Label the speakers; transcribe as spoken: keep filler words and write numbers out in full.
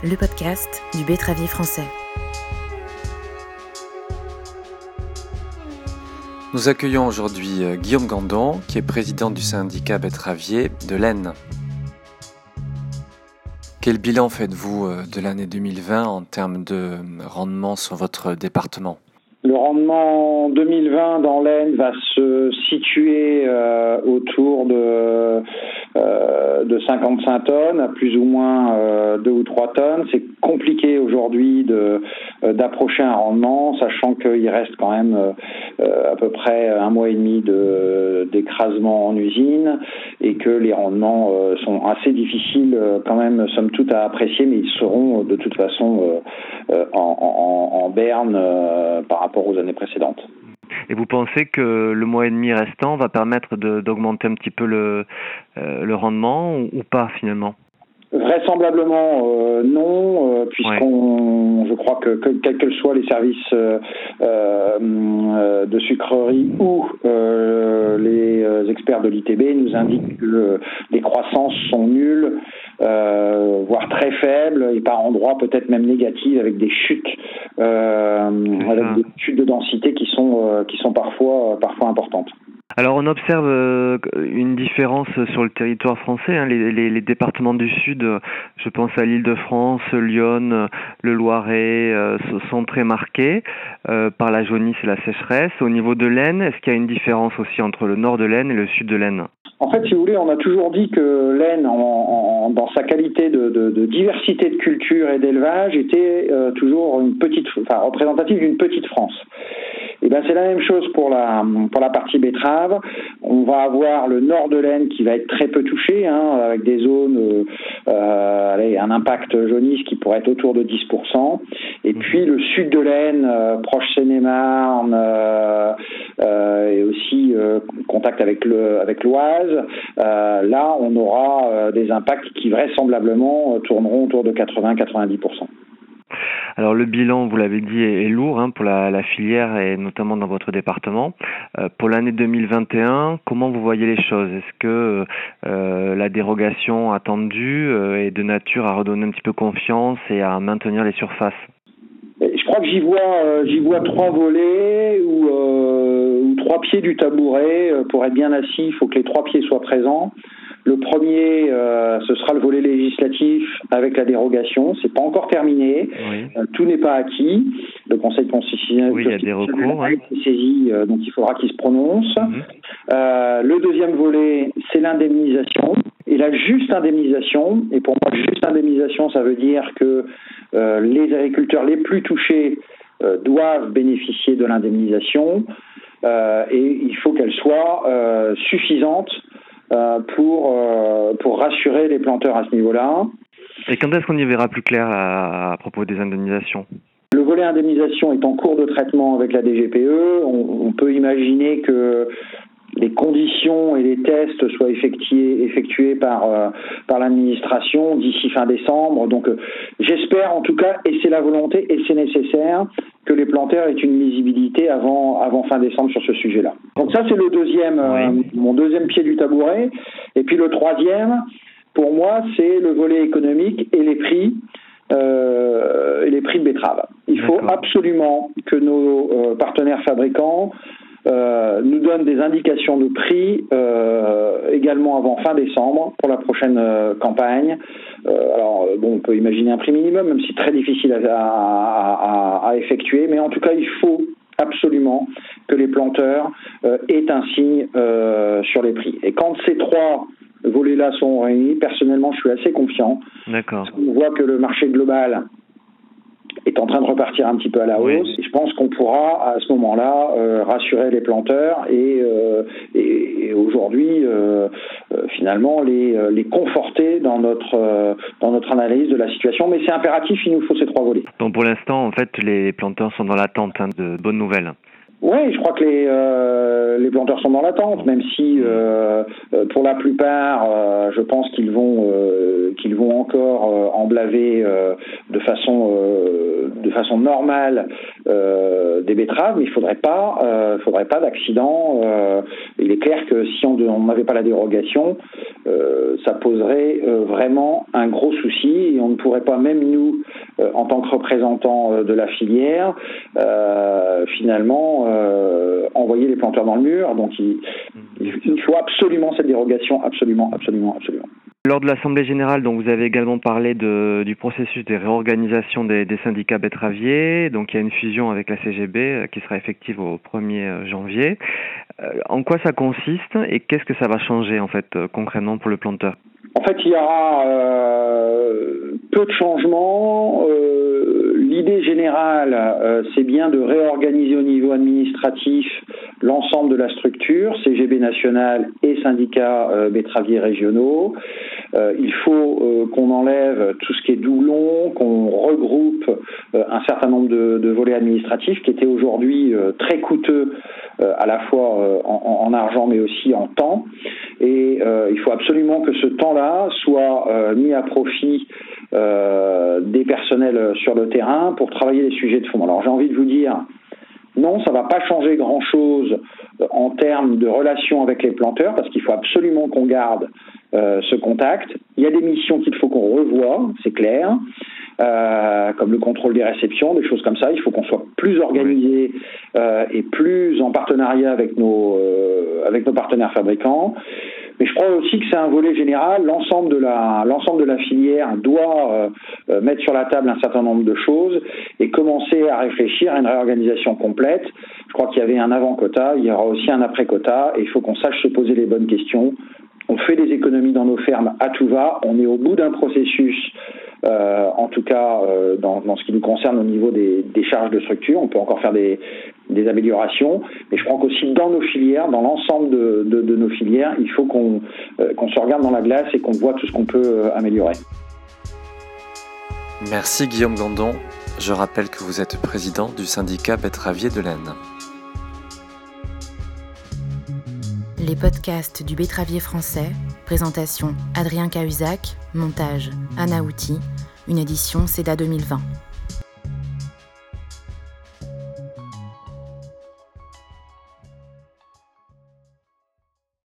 Speaker 1: le podcast du betteravier français.
Speaker 2: Nous accueillons aujourd'hui Guillaume Gandon, qui est président du syndicat betteravier de l'Aisne. Quel bilan faites-vous de l'année deux mille vingt en termes de rendement sur votre département ?
Speaker 3: Le rendement deux mille vingt dans l'Aisne va se situer euh, autour de, euh, de cinquante-cinq tonnes, à plus ou moins euh, deux ou trois tonnes. C'est compliqué aujourd'hui de, euh, d'approcher un rendement, sachant qu'il reste quand même euh, à peu près un mois et demi de, d'écrasement en usine et que les rendements euh, sont assez difficiles euh, quand même, somme toute, à apprécier, mais ils seront euh, de toute façon euh, euh, en, en, en berne euh, par rapport aux années précédentes.
Speaker 4: Et vous pensez que le mois et demi restant va permettre de, d'augmenter un petit peu le, euh, le rendement ou, ou pas finalement ?
Speaker 3: Vraisemblablement euh, non, euh, puisqu'on, ouais. je crois que, que quels que soient les services euh, euh, de sucrerie ou euh, les experts de l'I T B nous indiquent que les croissances sont nulles, euh, voire très faibles, et par endroits peut-être même négatives, avec des chutes, euh, avec des chutes de densité qui sont euh, qui sont parfois parfois importantes.
Speaker 4: Alors on observe euh, une différence sur le territoire français, hein. les, les, les départements du Sud, je pense à l'Île-de-France, Lyon, le Loiret, euh, sont très marqués euh, par la jaunisse et la sécheresse. Au niveau de l'Aisne, est-ce qu'il y a une différence aussi entre le nord de l'Aisne et le sud de l'Aisne ?
Speaker 3: En fait, si vous voulez, on a toujours dit que l'Aisne, en, en, dans sa qualité de, de, de diversité de culture et d'élevage, était euh, toujours une petite, enfin représentative d'une petite France. Et ben c'est la même chose pour la pour la partie betterave. On va avoir le nord de l'Aisne qui va être très peu touché, hein, avec des zones, euh, allez, un impact jaunisse qui pourrait être autour de dix pour cent. Et puis le sud de l'Aisne, euh, proche Seine-et-Marne, euh, euh, et aussi euh, contact avec le avec l'Oise. Euh, là, on aura euh, des impacts qui vraisemblablement euh, tourneront autour de quatre-vingts à quatre-vingt-dix pour cent.
Speaker 4: Alors le bilan, vous l'avez dit, est, est lourd hein, pour la, la filière et notamment dans votre département. Euh, pour l'année deux mille vingt et un, comment vous voyez les choses ? Est-ce que euh, la dérogation attendue euh, est de nature à redonner un petit peu confiance et à maintenir les surfaces ?
Speaker 3: Je crois que j'y vois, euh, j'y vois trois volets ou, euh, ou trois pieds du tabouret. Pour être bien assis, il faut que les trois pieds soient présents. Le premier, euh, ce sera le volet législatif avec la dérogation. C'est pas encore terminé.
Speaker 4: Oui.
Speaker 3: Euh, tout n'est pas acquis. Le Conseil constitutionnel
Speaker 4: oui, il y a des recours,
Speaker 3: a été saisi, euh, donc il faudra qu'il se prononce. Mm-hmm. Euh, le deuxième volet, c'est l'indemnisation. Et la juste indemnisation, et pour moi, juste indemnisation, ça veut dire que euh, les agriculteurs les plus touchés euh, doivent bénéficier de l'indemnisation euh, et il faut qu'elle soit euh, suffisante Euh, pour euh, pour rassurer les planteurs à ce niveau-là.
Speaker 4: Et quand est-ce qu'on y verra plus clair à, à propos des indemnisations ?
Speaker 3: Le volet indemnisation est en cours de traitement avec la D G P E. On, on peut imaginer que les conditions et les tests soient effectués, effectués par, euh, par l'administration d'ici fin décembre. Donc euh, j'espère en tout cas, et c'est la volonté et c'est nécessaire, que les planteurs aient une lisibilité avant, avant fin décembre sur ce sujet-là. Donc ça c'est le deuxième, oui. euh, mon deuxième pied du tabouret. Et puis le troisième, pour moi, c'est le volet économique et les prix. Euh, et les prix de betterave. Il D'accord. faut absolument que nos euh, partenaires fabricants Euh, nous donne des indications de prix euh, également avant fin décembre pour la prochaine euh, campagne. Euh, alors bon, on peut imaginer un prix minimum, même si très difficile à, à, à, à effectuer, mais en tout cas il faut absolument que les planteurs euh, aient un signe euh, sur les prix. Et quand ces trois volets-là sont réunis, personnellement je suis assez confiant.
Speaker 4: D'accord.
Speaker 3: On voit que le marché global est en train de repartir un petit peu à la hausse. Oui. Et je pense qu'on pourra, à ce moment-là, euh, rassurer les planteurs et, euh, et, et aujourd'hui, euh, euh, finalement, les, les conforter dans notre, euh, dans notre analyse de la situation. Mais c'est impératif, il nous faut ces trois volets.
Speaker 4: Donc pour l'instant, en fait, les planteurs sont dans l'attente hein, de bonnes nouvelles.
Speaker 3: Oui, je crois que les, euh, les planteurs sont dans l'attente, même si euh, pour la plupart, euh, je pense qu'ils vont euh, qu'ils vont encore euh, emblaver euh, de façon euh, de façon normale euh, des betteraves, mais il faudrait pas euh, faudrait pas d'accident. Euh, il est clair que si on n'avait pas la dérogation, euh, ça poserait euh, vraiment un gros souci et on ne pourrait pas, même nous, euh, en tant que représentants euh, de la filière, euh, finalement euh, envoyer les planteurs dans le mur. Donc il, il faut absolument cette dérogation, absolument, absolument, absolument.
Speaker 4: Lors de l'Assemblée générale, donc vous avez également parlé de, du processus de réorganisation des, des syndicats betteraviers. Donc il y a une fusion avec la C G B euh, qui sera effective au premier janvier. Euh, en quoi ça consiste et qu'est-ce que ça va changer en fait euh, concrètement pour le planteur?
Speaker 3: En fait, il y aura euh, peu de changements. Euh, l'idée générale, euh, c'est bien de réorganiser au niveau administratif l'ensemble de la structure, C G B national et syndicats euh, betteraviers régionaux. Euh, il faut euh, qu'on enlève tout ce qui est doublon, qu'on regroupe euh, un certain nombre de, de volets administratifs qui étaient aujourd'hui euh, très coûteux euh, à la fois euh, en, en argent mais aussi en temps. Et euh, il faut absolument que ce temps-là soit euh, mis à profit euh, des personnels sur le terrain pour travailler les sujets de fond. Alors j'ai envie de vous dire, non, ça ne va pas changer grand-chose en termes de relations avec les planteurs parce qu'il faut absolument qu'on garde euh, ce contact. Il y a des missions qu'il faut qu'on revoie, c'est clair, euh, comme le contrôle des réceptions, des choses comme ça. Il faut qu'on soit plus organisé euh, et plus en partenariat avec nos, euh, avec nos partenaires fabricants. Mais je crois aussi que c'est un volet général. L'ensemble de la, l'ensemble de la filière doit euh, mettre sur la table un certain nombre de choses et commencer à réfléchir à une réorganisation complète. Je crois qu'il y avait un avant-quota, il y aura aussi un après-quota et il faut qu'on sache se poser les bonnes questions. On fait des économies dans nos fermes à tout va. On est au bout d'un processus, euh, en tout cas euh, dans, dans ce qui nous concerne au niveau des, des charges de structure. On peut encore faire des, des améliorations. Mais je crois qu'aussi dans nos filières, dans l'ensemble de, de, de nos filières, il faut qu'on, euh, qu'on se regarde dans la glace et qu'on voit tout ce qu'on peut euh, améliorer.
Speaker 2: Merci Guillaume Gandon. Je rappelle que vous êtes président du syndicat betteravier de l'Aisne.
Speaker 1: Les podcasts du Betteravier français, présentation Adrien Cahuzac, montage Anna Outi, une édition C E D A deux mille vingt.